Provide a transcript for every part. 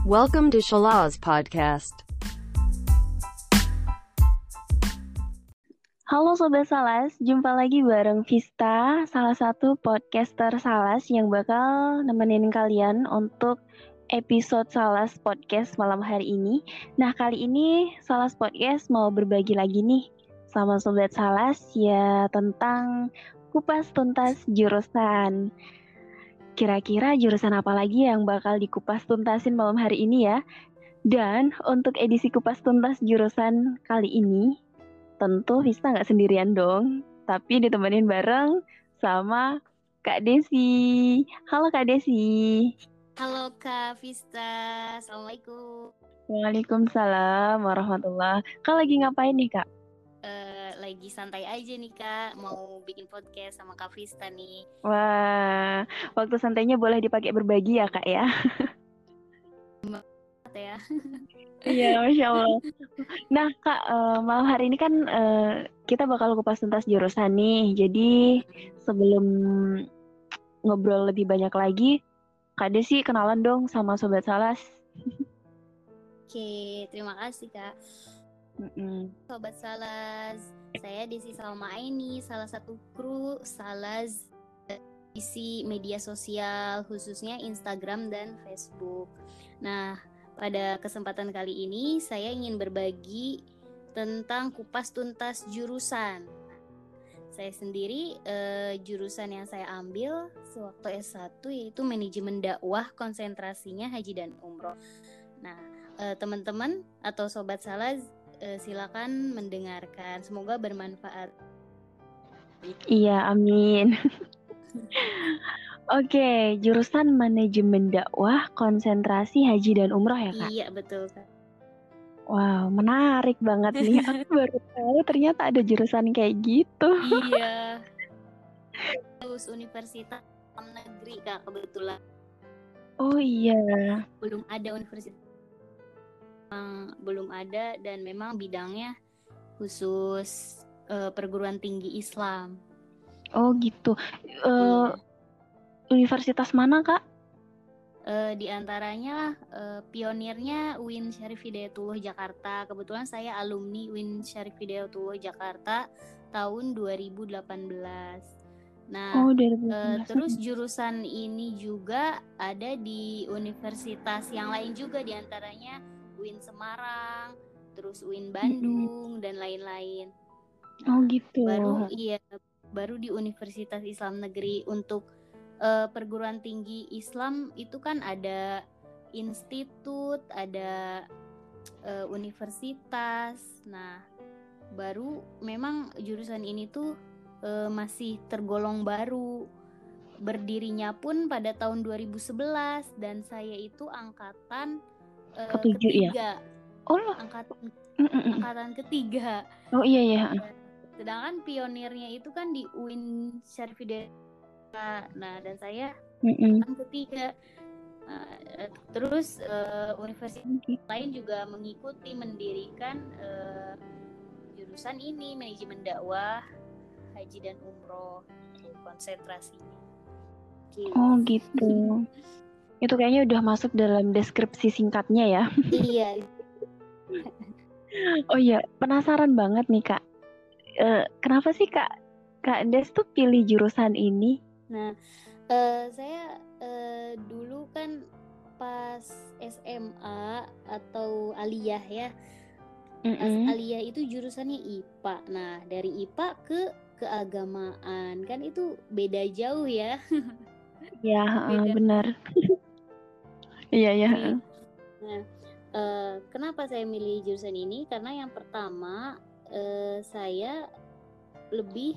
Welcome to Shalaz Podcast. Halo Sobat Salas, jumpa lagi bareng Vista, salah satu podcaster Salas yang bakal nemenin kalian untuk episode Salas Podcast malam hari ini. Nah, kali ini Salas Podcast mau berbagi lagi nih sama Sobat Salas ya tentang kupas tuntas jurusan. Kira-kira jurusan apa lagi yang bakal dikupas tuntasin malam hari ini ya? Dan untuk edisi kupas tuntas jurusan kali ini, tentu Vista nggak sendirian dong, tapi ditemenin bareng sama Kak Desi. Halo Kak Desi. Halo Kak Vista, Assalamualaikum. Waalaikumsalam warahmatullah. Kak lagi ngapain nih Kak? Lagi santai aja nih Kak, mau bikin podcast sama Kak Vista nih. Wah, waktu santainya boleh dipakai berbagi ya Kak ya? Ya. Iya, Masya Allah. Nah Kak, malam hari ini kan kita bakal kupas tuntas jurusan nih. Jadi sebelum ngobrol lebih banyak lagi, Kak Desi kenalan dong sama Sobat Salas. Oke, terima kasih Kak. Sobat Salas, saya Desi Salma Aini, salah satu kru Salas isi media sosial, khususnya Instagram dan Facebook. Nah, pada kesempatan kali ini saya ingin berbagi tentang kupas tuntas jurusan. Saya sendiri jurusan yang saya ambil sewaktu S1 yaitu manajemen dakwah, konsentrasinya haji dan umroh. Nah, teman-teman atau Sobat Salas silakan mendengarkan, semoga bermanfaat. Iya, amin. Oke, jurusan manajemen dakwah, konsentrasi haji dan umroh ya Kak? Iya, betul Kak. Wow, menarik banget nih. Aku baru tahu ternyata ada jurusan kayak gitu. Iya. Terus Universitas Negeri Kak, kebetulan. Oh iya. Belum ada universitas, belum ada, dan memang bidangnya khusus perguruan tinggi Islam. Oh gitu. Universitas mana Kak? Di antaranya pionirnya UIN Syarif Hidayatullah Jakarta. Kebetulan saya alumni UIN Syarif Hidayatullah Jakarta tahun 2018. Nah, 2018. terus jurusan ini juga ada di universitas yang lain juga, di antaranya UIN Semarang, terus UIN Bandung dan lain-lain. Oh gitu. Baru di Universitas Islam Negeri untuk perguruan tinggi Islam itu kan ada institut, ada universitas. Nah, baru memang jurusan ini tuh masih tergolong baru. Berdirinya pun pada tahun 2011 dan saya itu angkatan ketiga. Ya? Oh, angkatan ketiga. Oh iya ya. Sedangkan pionirnya itu kan di UIN Syarif Hidayatullah. Nah, dan saya angkatan ketiga. Terus universitas lain juga mengikuti mendirikan jurusan ini, manajemen dakwah, haji dan umroh, konsentrasinya. Oh gitu. Itu kayaknya udah masuk dalam deskripsi singkatnya ya. Iya. Oh iya, penasaran banget nih Kak. Kenapa sih Kak Des tuh pilih jurusan ini? Nah, saya dulu kan pas SMA atau aliyah ya. Pas aliyah itu jurusannya IPA. Nah, dari IPA ke keagamaan kan itu beda jauh ya. Ya, benar. Iya ya. Nah, kenapa saya milih jurusan ini? Karena yang pertama saya lebih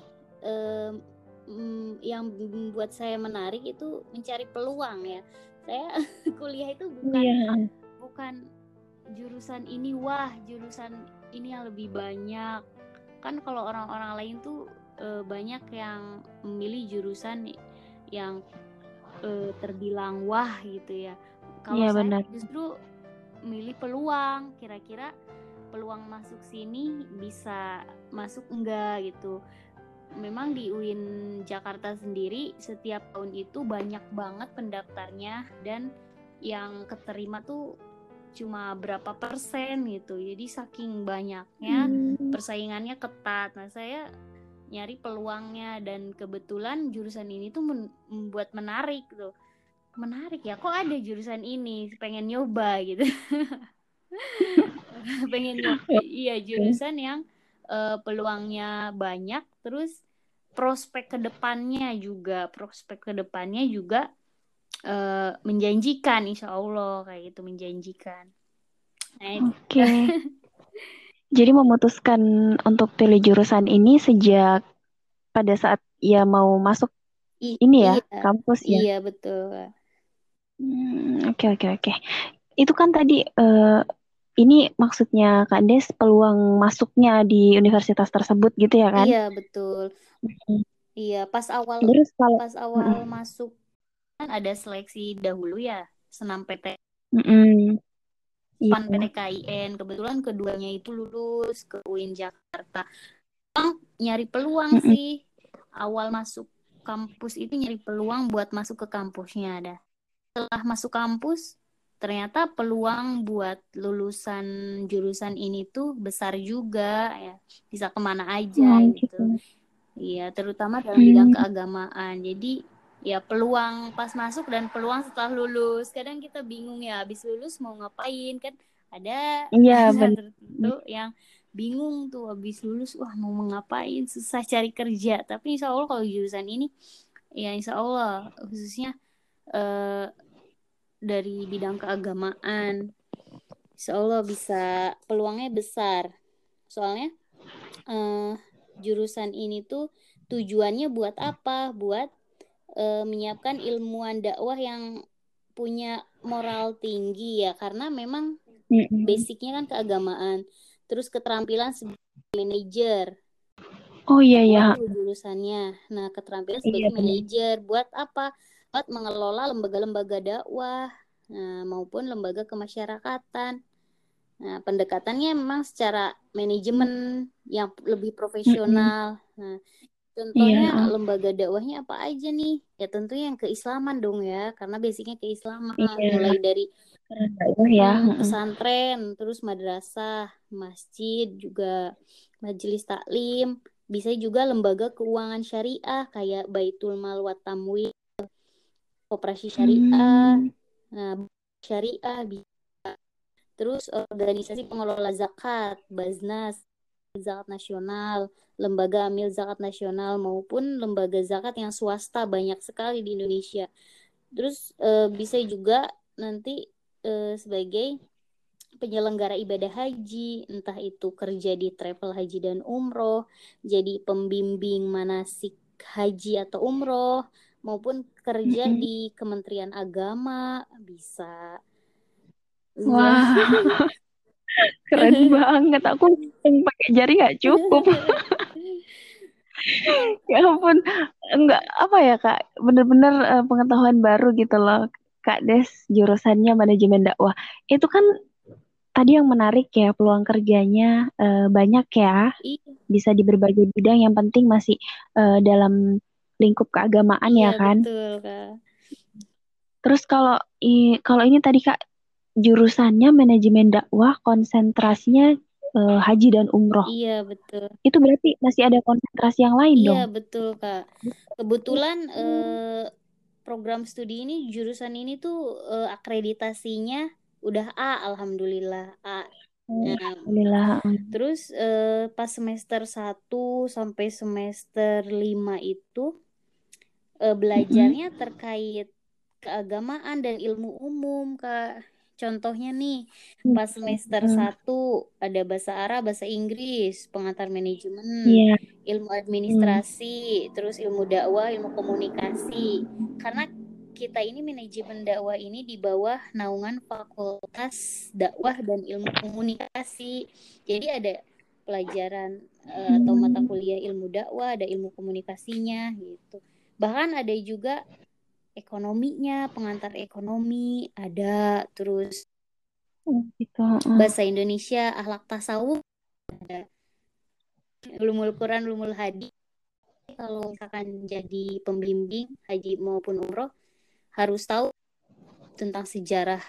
yang membuat saya menarik itu mencari peluang ya. Saya kuliah itu bukan jurusan ini, jurusan ini yang lebih banyak. Kan kalau orang-orang lain tuh banyak yang memilih jurusan yang terbilang gitu ya. Kalau saya benar. Justru milih peluang, kira-kira peluang masuk sini bisa masuk enggak gitu. Memang di UIN Jakarta sendiri setiap tahun itu banyak banget pendaftarnya dan yang keterima tuh cuma berapa persen gitu. Jadi saking banyaknya persaingannya ketat. Nah, saya nyari peluangnya dan kebetulan jurusan ini tuh membuat menarik tuh. Menarik ya, kok ada jurusan ini, pengen nyoba gitu. Pengen nyoba. Iya, jurusan yang peluangnya banyak, terus prospek kedepannya juga menjanjikan, insya Allah kayak gitu, menjanjikan. Nah, Oke. Jadi memutuskan untuk pilih jurusan ini sejak pada saat ya mau masuk ini ya, iya, kampus ya. iya betul. Oke, oke, oke. Itu kan tadi ini maksudnya Kak Des peluang masuknya di universitas tersebut gitu ya kan? Iya betul. Mm. Iya, Terus kalau pas awal masuk kan ada seleksi dahulu ya, senam PT, iya. PAN PTKIN. Kebetulan keduanya itu lulus ke UIN Jakarta. Nyari peluang Mm-mm. sih. Awal masuk kampus itu nyari peluang buat masuk ke kampusnya ada. Setelah masuk kampus, ternyata peluang buat lulusan jurusan ini tuh besar juga ya. Bisa kemana aja Oh, gitu. gitu. Iya, terutama dalam bidang keagamaan. Jadi ya peluang pas masuk dan peluang setelah lulus. Kadang kita bingung ya, habis lulus mau ngapain kan? Ada Iya, masa benar. tertentu yang bingung tuh habis lulus, wah mau ngapain, susah cari kerja. Tapi insya Allah kalau jurusan ini, ya insya Allah khususnya eh, dari bidang keagamaan, insya Allah bisa peluangnya besar. Soalnya eh, jurusan ini tuh tujuannya buat apa? Buat menyiapkan ilmuwan dakwah yang punya moral tinggi ya, karena memang basicnya kan keagamaan. Terus keterampilan sebagai manajer. Oh iya ya. Itu jurusannya. Nah, keterampilan Iya sebagai benar. manajer buat apa? Buat mengelola lembaga-lembaga dakwah, maupun lembaga kemasyarakatan. Nah, pendekatannya memang secara manajemen yang lebih profesional. Nah, Iya. contohnya lembaga dakwahnya apa aja nih? Ya tentunya yang keislaman dong ya, karena basicnya keislaman. Iya. Mulai dari Keren dakwah ya. pesantren, terus madrasah, masjid juga, majelis taklim, bisa juga lembaga keuangan syariah kayak Baitul Mal wa Tamwil, Koperasi Syariah, nah syariah, terus organisasi pengelola zakat, Baznas, zakat nasional, lembaga amil zakat nasional maupun lembaga zakat yang swasta banyak sekali di Indonesia. Terus bisa juga nanti sebagai penyelenggara ibadah haji, entah itu kerja di travel haji dan umroh, jadi pembimbing manasik haji atau umroh, maupun kerja di Kementerian Agama bisa. Iya. Wah, keren banget. Aku pakai jari nggak cukup. Ya ampun, enggak apa ya Kak, bener-bener pengetahuan baru gitu loh. Kak Des, jurusannya manajemen dakwah. Itu kan tadi yang menarik ya, peluang kerjanya banyak ya, Iya, bisa di berbagai bidang, yang penting masih dalam lingkup keagamaan iya ya kan. betul Kak. Terus kalau ini tadi Kak, jurusannya manajemen dakwah, konsentrasinya haji dan umroh. Iya betul. Itu berarti masih ada konsentrasi yang lain Iya dong? betul Kak. Kebetulan program studi ini, jurusan ini tuh akreditasinya udah A, alhamdulillah A. Nah, Alhamdulillah. terus pas semester 1 sampai semester 5 itu belajarnya terkait keagamaan dan ilmu umum, Kak. Contohnya nih, pas semester 1 ada bahasa Arab, bahasa Inggris, pengantar manajemen, Iya. ilmu administrasi, terus ilmu dakwah, ilmu komunikasi. Karena kita ini manajemen dakwah ini di bawah naungan Fakultas Dakwah dan Ilmu Komunikasi. Jadi ada pelajaran atau mata kuliah ilmu dakwah, ada ilmu komunikasinya gitu. Bahkan ada juga ekonominya, pengantar ekonomi ada, terus Gitu. bahasa Indonesia, akhlak tasawuf ada, ulumul Quran, ulumul hadis. Kalau misalkan jadi pembimbing haji maupun umroh harus tahu tentang sejarah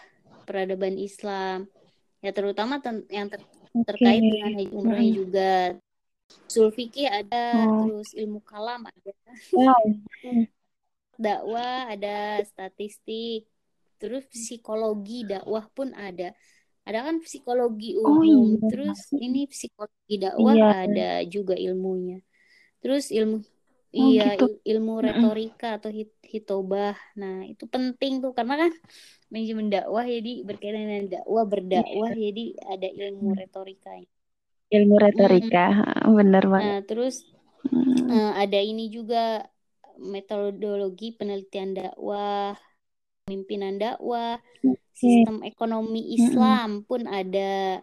peradaban Islam. Ya terutama yang Oke. terkait dengan haji umrohnya Mm-mm. juga. Usul fikih ada, Oh, terus ilmu kalam ada, wow. Mm. dakwah ada, statistik, terus psikologi dakwah pun ada. Ada kan psikologi Oh umum, iya, terus ini psikologi dakwah iya. ada juga ilmunya. Terus Oh gitu. ilmu Mm-mm. retorika atau hitobah. Nah, itu penting tuh karena kan manajemen dakwah jadi berkaitan dengan dakwah, berdakwah Iya. jadi ada ilmu retorikanya. Ilmu Mm. retorika, bener banget. Nah, terus Mm. ada ini juga metodologi penelitian dakwah, pemimpinan dakwah, Oke. sistem ekonomi Mm-mm. Islam pun ada.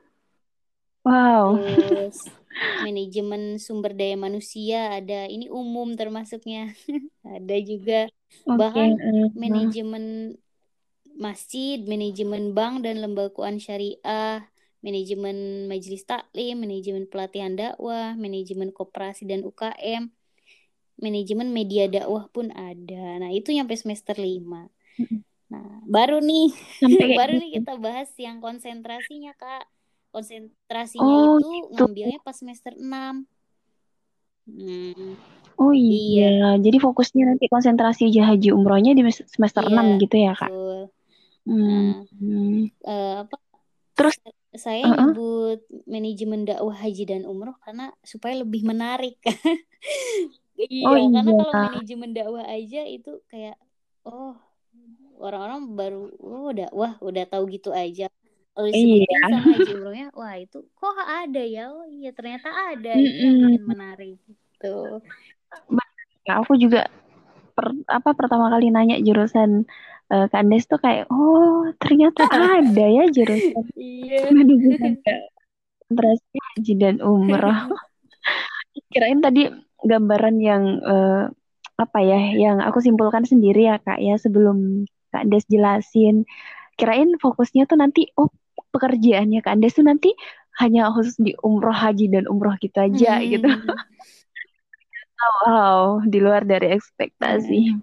Wow. Terus manajemen sumber daya manusia ada. Ini umum termasuknya. Ada juga Oke. bahkan manajemen masjid, manajemen bank dan lembaga keuangan syariah, manajemen majelis taklim, manajemen pelatihan dakwah, manajemen koperasi dan UKM, manajemen media dakwah pun ada. Nah, itu nyampe semester 5. Mm-mm. Nah, baru nih Sampai kayak baru nih gitu. kita bahas yang konsentrasinya, Kak. Konsentrasinya Oh itu gitu. ngambilnya pas semester 6. Hmm, Oh iya. iya, Jadi fokusnya nanti konsentrasi haji umrohnya di semester iya, 6 gitu ya, Kak? betul. Hmm. Nah, apa Terus, saya uh-uh. nyebut manajemen dakwah haji dan umroh karena supaya lebih menarik. Oh Iya, karena iya. kalau manajemen dakwah aja itu kayak oh, orang-orang baru dakwah udah tahu gitu aja. Kalau disebutin Iya. sama haji umrohnya, wah itu kok ada ya? Oh iya ternyata ada. Itu yang bikin Mm-mm. menarik gitu. Ya, aku juga pertama kali nanya jurusan Kandes tuh kayak, oh ternyata ada ya jurusan Iya. manajemen konsentrasi haji dan umroh. Kirain tadi gambaran yang apa ya, yang aku simpulkan sendiri ya Kak ya sebelum Kak Des jelasin. Kirain fokusnya tuh nanti, oh pekerjaannya Kak Des tuh nanti hanya khusus di umroh haji dan umroh gitu aja gitu. Hmm. Wow, di luar dari ekspektasi. Nah,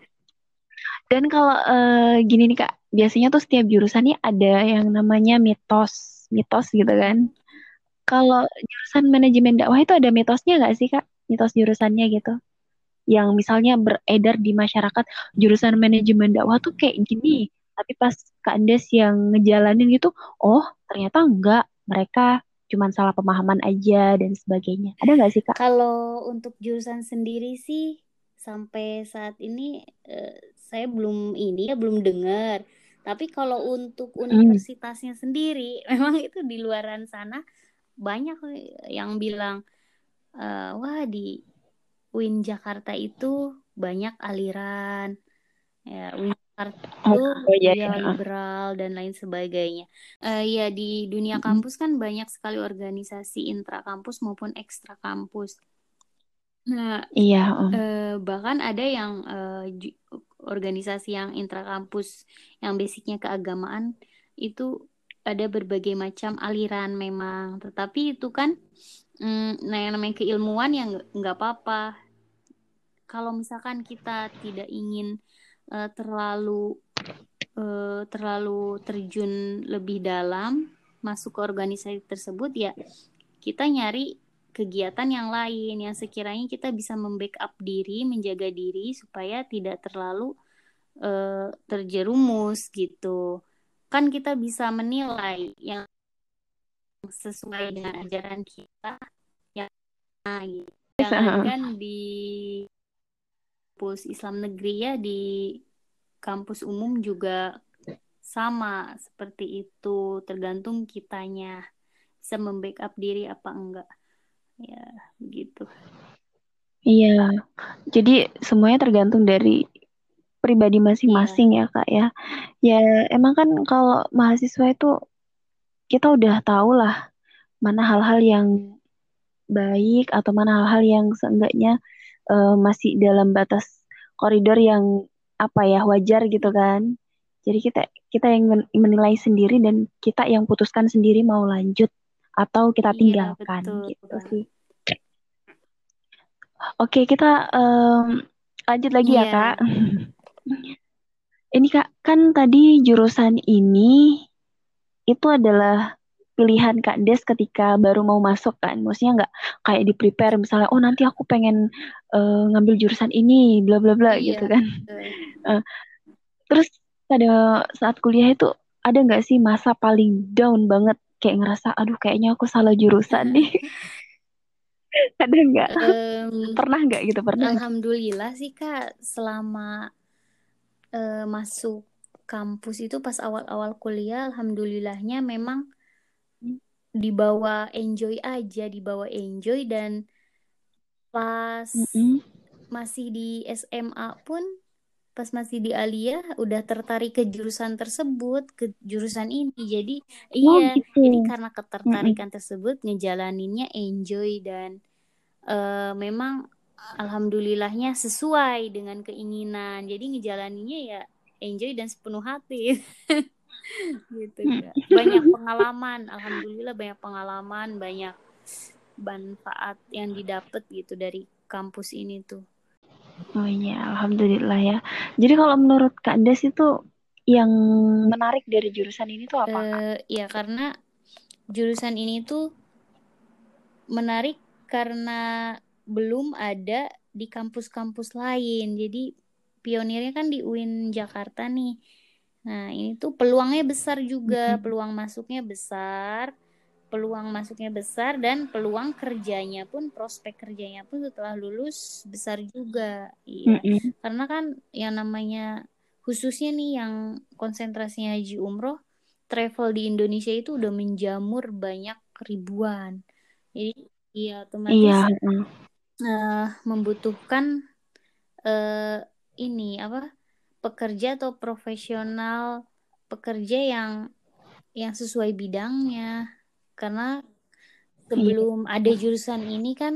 Dan kalau gini nih Kak, biasanya tuh setiap jurusan nih ada yang namanya mitos gitu kan. Kalau jurusan manajemen dakwah itu ada mitosnya nggak sih Kak? Mitos jurusannya gitu. Yang misalnya beredar di masyarakat, jurusan manajemen dakwah tuh kayak gini. Tapi pas Kak Andes yang ngejalanin gitu, oh ternyata enggak. Mereka cuman salah pemahaman aja dan sebagainya. Ada nggak sih Kak? kalau untuk jurusan sendiri sih sampai saat ini saya belum dengar. Tapi kalau untuk Hmm. universitasnya sendiri, memang itu di luaran sana banyak yang bilang, wah di UIN Jakarta itu banyak aliran, ya UIN Jakarta Oh itu iya ya ya. liberal dan lain sebagainya. Ya di dunia Mm-mm. kampus kan banyak sekali organisasi intrakampus maupun ekstra kampus. Nah, Iya. bahkan ada yang organisasi yang intrakampus yang basicnya keagamaan itu ada berbagai macam aliran memang. Tetapi itu kan, nah yang namanya keilmuan yang nggak apa-apa. Kalau misalkan kita tidak ingin eh, terlalu terlalu terjun lebih dalam masuk ke organisasi tersebut, ya kita nyari kegiatan yang lain yang sekiranya kita bisa membackup diri, menjaga diri supaya tidak terlalu terjerumus gitu. Kan kita bisa menilai yang sesuai dengan ajaran kita yang gitu. Jangankan di kampus Islam negeri, ya di kampus umum juga sama seperti itu, tergantung kitanya bisa membackup diri apa enggak. Ya, begitu. Iya. Jadi semuanya tergantung dari pribadi Iya, masing-masing ya Kak ya. Ya emang kan kalau mahasiswa itu kita udah tahu lah mana hal-hal yang baik atau mana hal-hal yang seenggaknya masih dalam batas koridor yang apa ya wajar gitu kan. Jadi kita kita yang menilai sendiri dan kita yang putuskan sendiri mau lanjut atau kita iya tinggalkan betul. gitu sih. Oke, kita lanjut lagi ya Kak. Iya, Ini Kak, kan tadi jurusan ini itu adalah pilihan Kak Des ketika baru mau masuk kan. Maksudnya nggak kayak di prepare misalnya, oh nanti aku pengen ngambil jurusan ini, bla bla bla Iya, gitu kan. betul. Eh, terus pada saat kuliah itu ada nggak sih masa paling down banget kayak ngerasa, aduh kayaknya aku salah jurusan nih. Ada nggak? Em, Pernah nggak gitu? Pernah nggak? Alhamdulillah sih Kak, selama masuk kampus itu pas awal-awal kuliah, alhamdulillahnya memang dibawa enjoy aja, dibawa enjoy. Dan pas Mm-mm. masih di SMA pun, pas masih di Alia udah tertarik ke jurusan tersebut, ke jurusan ini. Jadi Oh iya, gitu. jadi karena Mm-mm. ketertarikan tersebut ngejalaninnya enjoy. Dan memang alhamdulillahnya sesuai dengan keinginan. Jadi ngejalaninnya ya enjoy dan sepenuh hati. Gitu Kak. Banyak pengalaman, alhamdulillah banyak pengalaman, banyak manfaat yang didapat gitu dari kampus ini tuh. Oh iya, alhamdulillah ya. Jadi kalau menurut Kak Des itu yang menarik dari jurusan ini tuh apa Kak? Ya karena jurusan ini tuh menarik karena belum ada di kampus-kampus lain. Jadi pionirnya kan di UIN Jakarta nih. Nah, ini tuh peluangnya besar juga, Mm-mm. peluang masuknya besar dan peluang kerjanya pun, prospek kerjanya pun setelah lulus besar juga. Iya, Mm-mm. karena kan yang namanya khususnya nih yang konsentrasinya haji umroh, travel di Indonesia itu udah menjamur banyak ribuan. Jadi iya Iya, otomatis mm. membutuhkan eh, ini apa, pekerja atau profesional pekerja yang sesuai bidangnya. Karena Iya, sebelum ada jurusan ini kan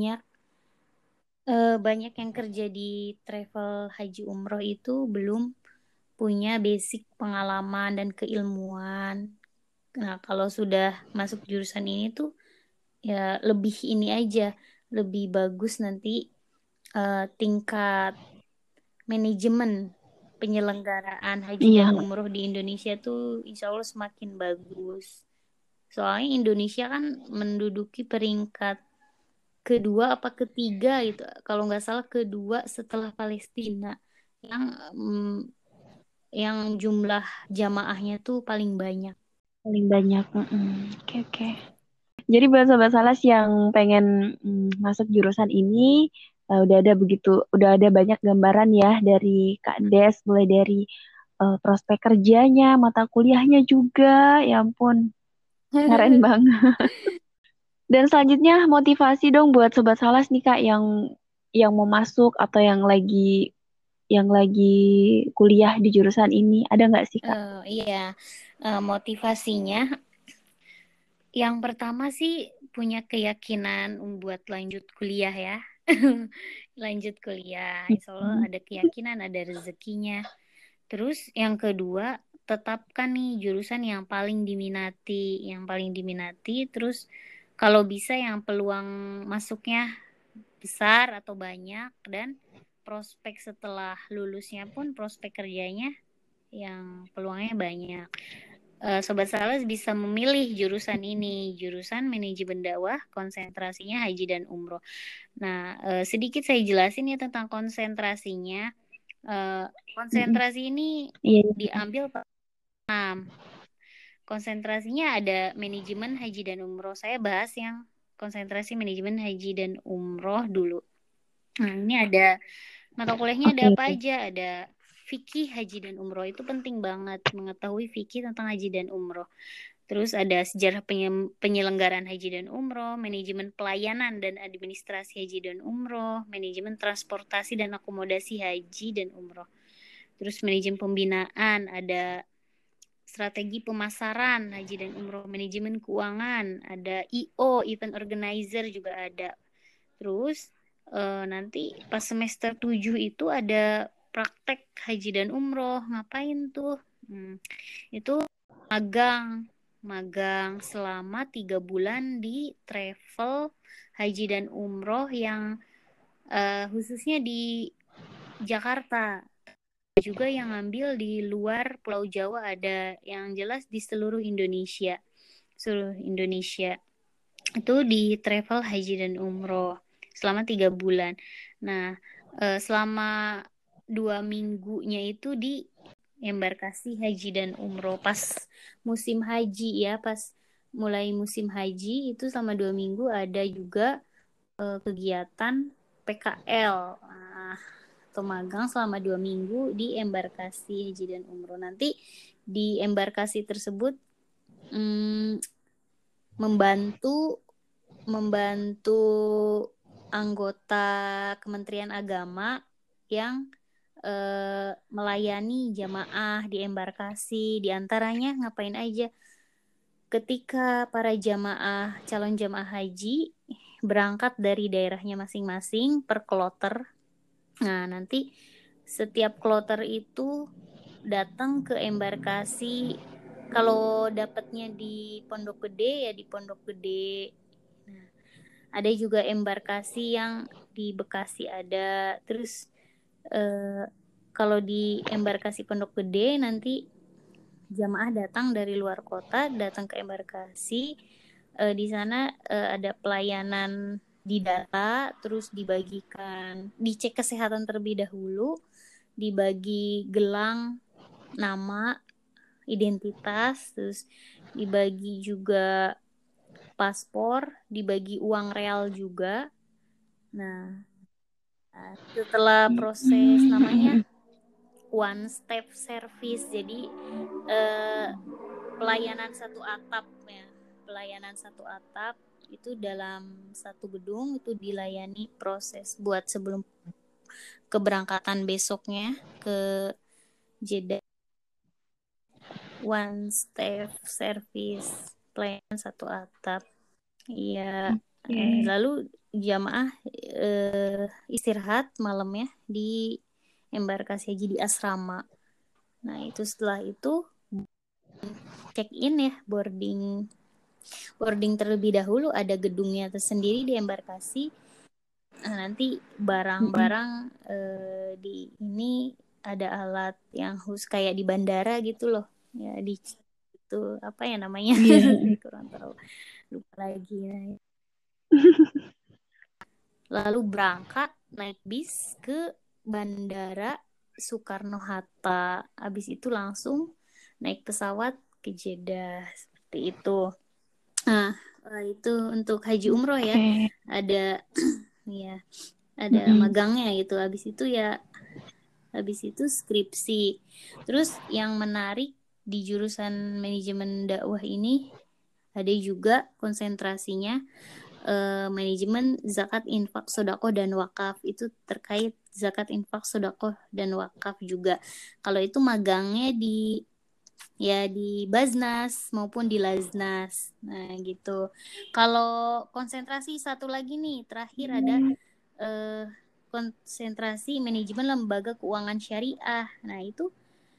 banyak yang kerja di travel haji umroh itu belum punya basic pengalaman dan keilmuan. Nah, kalau sudah masuk jurusan ini tuh ya lebih ini aja, lebih bagus nanti tingkat manajemen penyelenggaraan haji dan iya, umroh di Indonesia tuh insya Allah semakin bagus. Soalnya Indonesia kan menduduki peringkat kedua apa ketiga gitu. Kalau nggak salah kedua setelah Palestina yang mm, yang jumlah jamaahnya tuh paling banyak. paling banyak. Mm-mm. Oke, oke. Jadi buat sobat Salas yang pengen masuk jurusan ini, udah ada banyak gambaran ya dari Kak Des, mulai dari prospek kerjanya, mata kuliahnya juga, ya ampun, keren banget. Dan selanjutnya motivasi dong buat sobat Salas nih Kak yang mau masuk atau yang lagi kuliah di jurusan ini, ada nggak sih Kak? Iya. Motivasinya yang pertama sih punya keyakinan buat lanjut kuliah ya. Lanjut kuliah, insya Allah Hmm. ada keyakinan, ada rezekinya. Terus yang kedua, tetapkan nih jurusan yang paling diminati, terus kalau bisa yang peluang masuknya besar atau banyak, dan prospek setelah lulusnya pun prospek kerjanya yang peluangnya banyak. Sobat Salas bisa memilih jurusan ini, jurusan manajemen dakwah, konsentrasinya haji dan umroh. Nah, sedikit saya jelasin ya tentang konsentrasinya. Mm-mm. Konsentrasi ini Iya, iya. diambil konsentrasinya ada manajemen haji dan umroh. Saya bahas yang konsentrasi manajemen haji dan umroh dulu. Nah, ini ada mata kuliahnya ada Oke, apa oke. aja? Ada fikih haji dan umroh. Itu penting banget mengetahui fikih tentang haji dan umroh. Terus ada sejarah penyelenggaraan haji dan umroh, manajemen pelayanan dan administrasi haji dan umroh, manajemen transportasi dan akomodasi haji dan umroh. Terus manajemen pembinaan, ada strategi pemasaran haji dan umroh, manajemen keuangan, ada IO, event organizer juga ada. Terus nanti pas semester 7 itu ada praktek haji dan umroh. Ngapain tuh? Itu magang. Magang selama 3 bulan di travel haji dan umroh yang khususnya di Jakarta. juga yang ngambil di luar Pulau Jawa, ada yang jelas di seluruh Indonesia. Itu di travel haji dan umroh selama 3 bulan. Nah, selama 2 minggunya itu di embarkasi haji dan umroh pas musim haji ya, pas mulai musim haji itu selama 2 minggu ada juga kegiatan PKL. Nah, atau magang selama 2 minggu di embarkasi haji dan umroh. Nanti di embarkasi tersebut membantu anggota Kementerian Agama yang melayani jamaah di embarkasi. Di antaranya ngapain aja? Ketika para calon jamaah haji berangkat dari daerahnya masing-masing per kloter. Nah, nanti setiap kloter itu datang ke embarkasi. Kalau dapatnya di Pondok Gede ya di Pondok Gede. Nah, ada juga embarkasi yang di Bekasi ada. Terus kalau di embarkasi Pondok Gede nanti jamaah datang dari luar kota, datang ke embarkasi. Di sana ada pelayanan didata, terus dibagikan, dicek kesehatan terlebih dahulu, dibagi gelang, nama, identitas, terus dibagi juga paspor, dibagi uang real juga. Nah, setelah proses namanya one step service, jadi pelayanan satu atap ya, pelayanan satu atap itu dalam satu gedung itu dilayani proses buat sebelum keberangkatan besoknya ke Jeddah. One step service, pelayanan satu atap. Iya. Lalu jamaah istirahat malamnya di embarkasi haji di asrama. Nah, itu setelah itu check in ya, boarding terlebih dahulu, ada gedungnya tersendiri di embarkasi. Nah, nanti barang-barang di ini ada alat yang khusus kayak di bandara gitu loh ya, di itu apa ya namanya kurang tahu, lupa lagi ya. Lalu berangkat naik bis ke bandara Soekarno-Hatta, habis itu langsung naik pesawat ke Jeddah seperti itu. Nah, itu untuk haji umroh ya, ada ya ada magangnya gitu. Habis itu skripsi. Terus yang menarik di jurusan manajemen dakwah ini ada juga konsentrasinya manajemen zakat, infak, sedekah dan wakaf. Itu terkait zakat, infak, sedekah dan wakaf juga. Kalau itu magangnya di Baznas maupun di Laznas. Nah, gitu. Kalau konsentrasi satu lagi nih, terakhir ada konsentrasi manajemen lembaga keuangan syariah. Nah, itu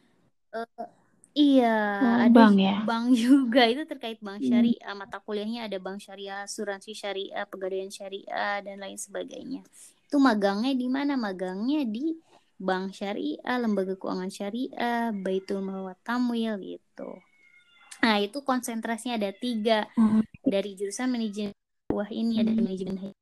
ada bank ya? bank juga, itu terkait bank syariah. Mata kuliahnya ada bank syariah, asuransi syariah, pegadaian syariah, dan lain sebagainya. Itu magangnya di mana? Magangnya di bank syariah, lembaga keuangan syariah, Baitul Mal wa Tamwil gitu. Nah, itu konsentrasinya ada 3 dari jurusan manajemen. Wah, ini ada manajemen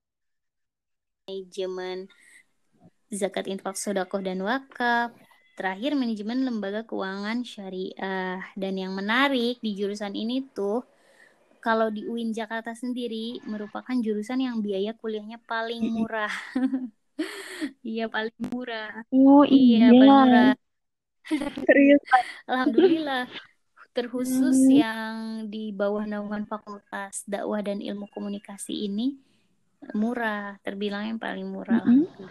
zakat, infak, sedekah dan wakaf. Terakhir manajemen lembaga keuangan syariah. Dan yang menarik di jurusan ini tuh, kalau di UIN Jakarta sendiri merupakan jurusan yang biaya kuliahnya paling murah. Iya, paling murah. Iya, paling murah. Serius? Alhamdulillah. Terkhusus yang di bawah naungan Fakultas Dakwah dan Ilmu Komunikasi ini murah, terbilang yang paling murah.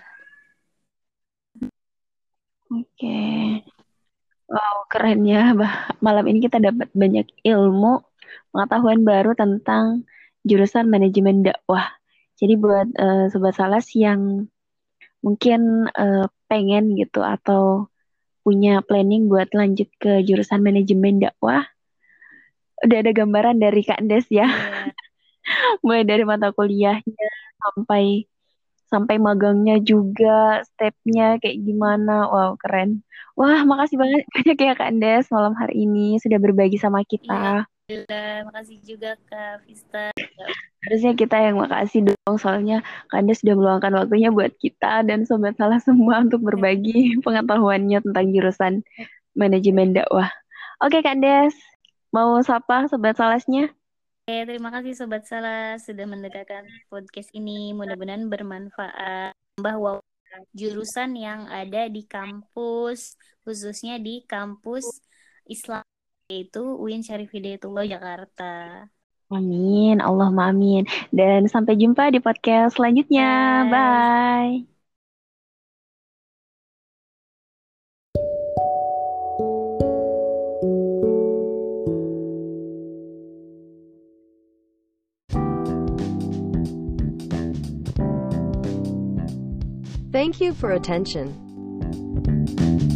Oke. Wow, keren ya. Malam ini kita dapat banyak ilmu, pengetahuan baru tentang jurusan manajemen dakwah. Jadi buat Sobat Salas yang mungkin pengen gitu atau punya planning buat lanjut ke jurusan manajemen dakwah, udah ada gambaran dari Kak Des ya. Iya. Mulai dari mata kuliahnya sampai sampai magangnya juga, stepnya kayak gimana. Wow, keren. Wah, makasih banget banyak ya Kak Andes malam hari ini sudah berbagi sama Iya, kita. alhamdulillah. Makasih juga Kak Vista. Harusnya kita yang makasih dong, soalnya Kak Andes sudah meluangkan waktunya buat kita dan Sobat Salah semua untuk berbagi pengetahuannya tentang jurusan manajemen dakwah. Oke Kak Andes, mau sapa Sobat Salasnya? Oke, terima kasih Sobat Salah sudah mendengarkan podcast ini. Mudah-mudahan bermanfaat. Bahwa jurusan yang ada di kampus, khususnya di kampus Islam, yaitu UIN Syarif Hidayatullah Jakarta. Amin, Allahumma amin. Dan sampai jumpa di podcast selanjutnya. Bye. Bye. Thank you for attention.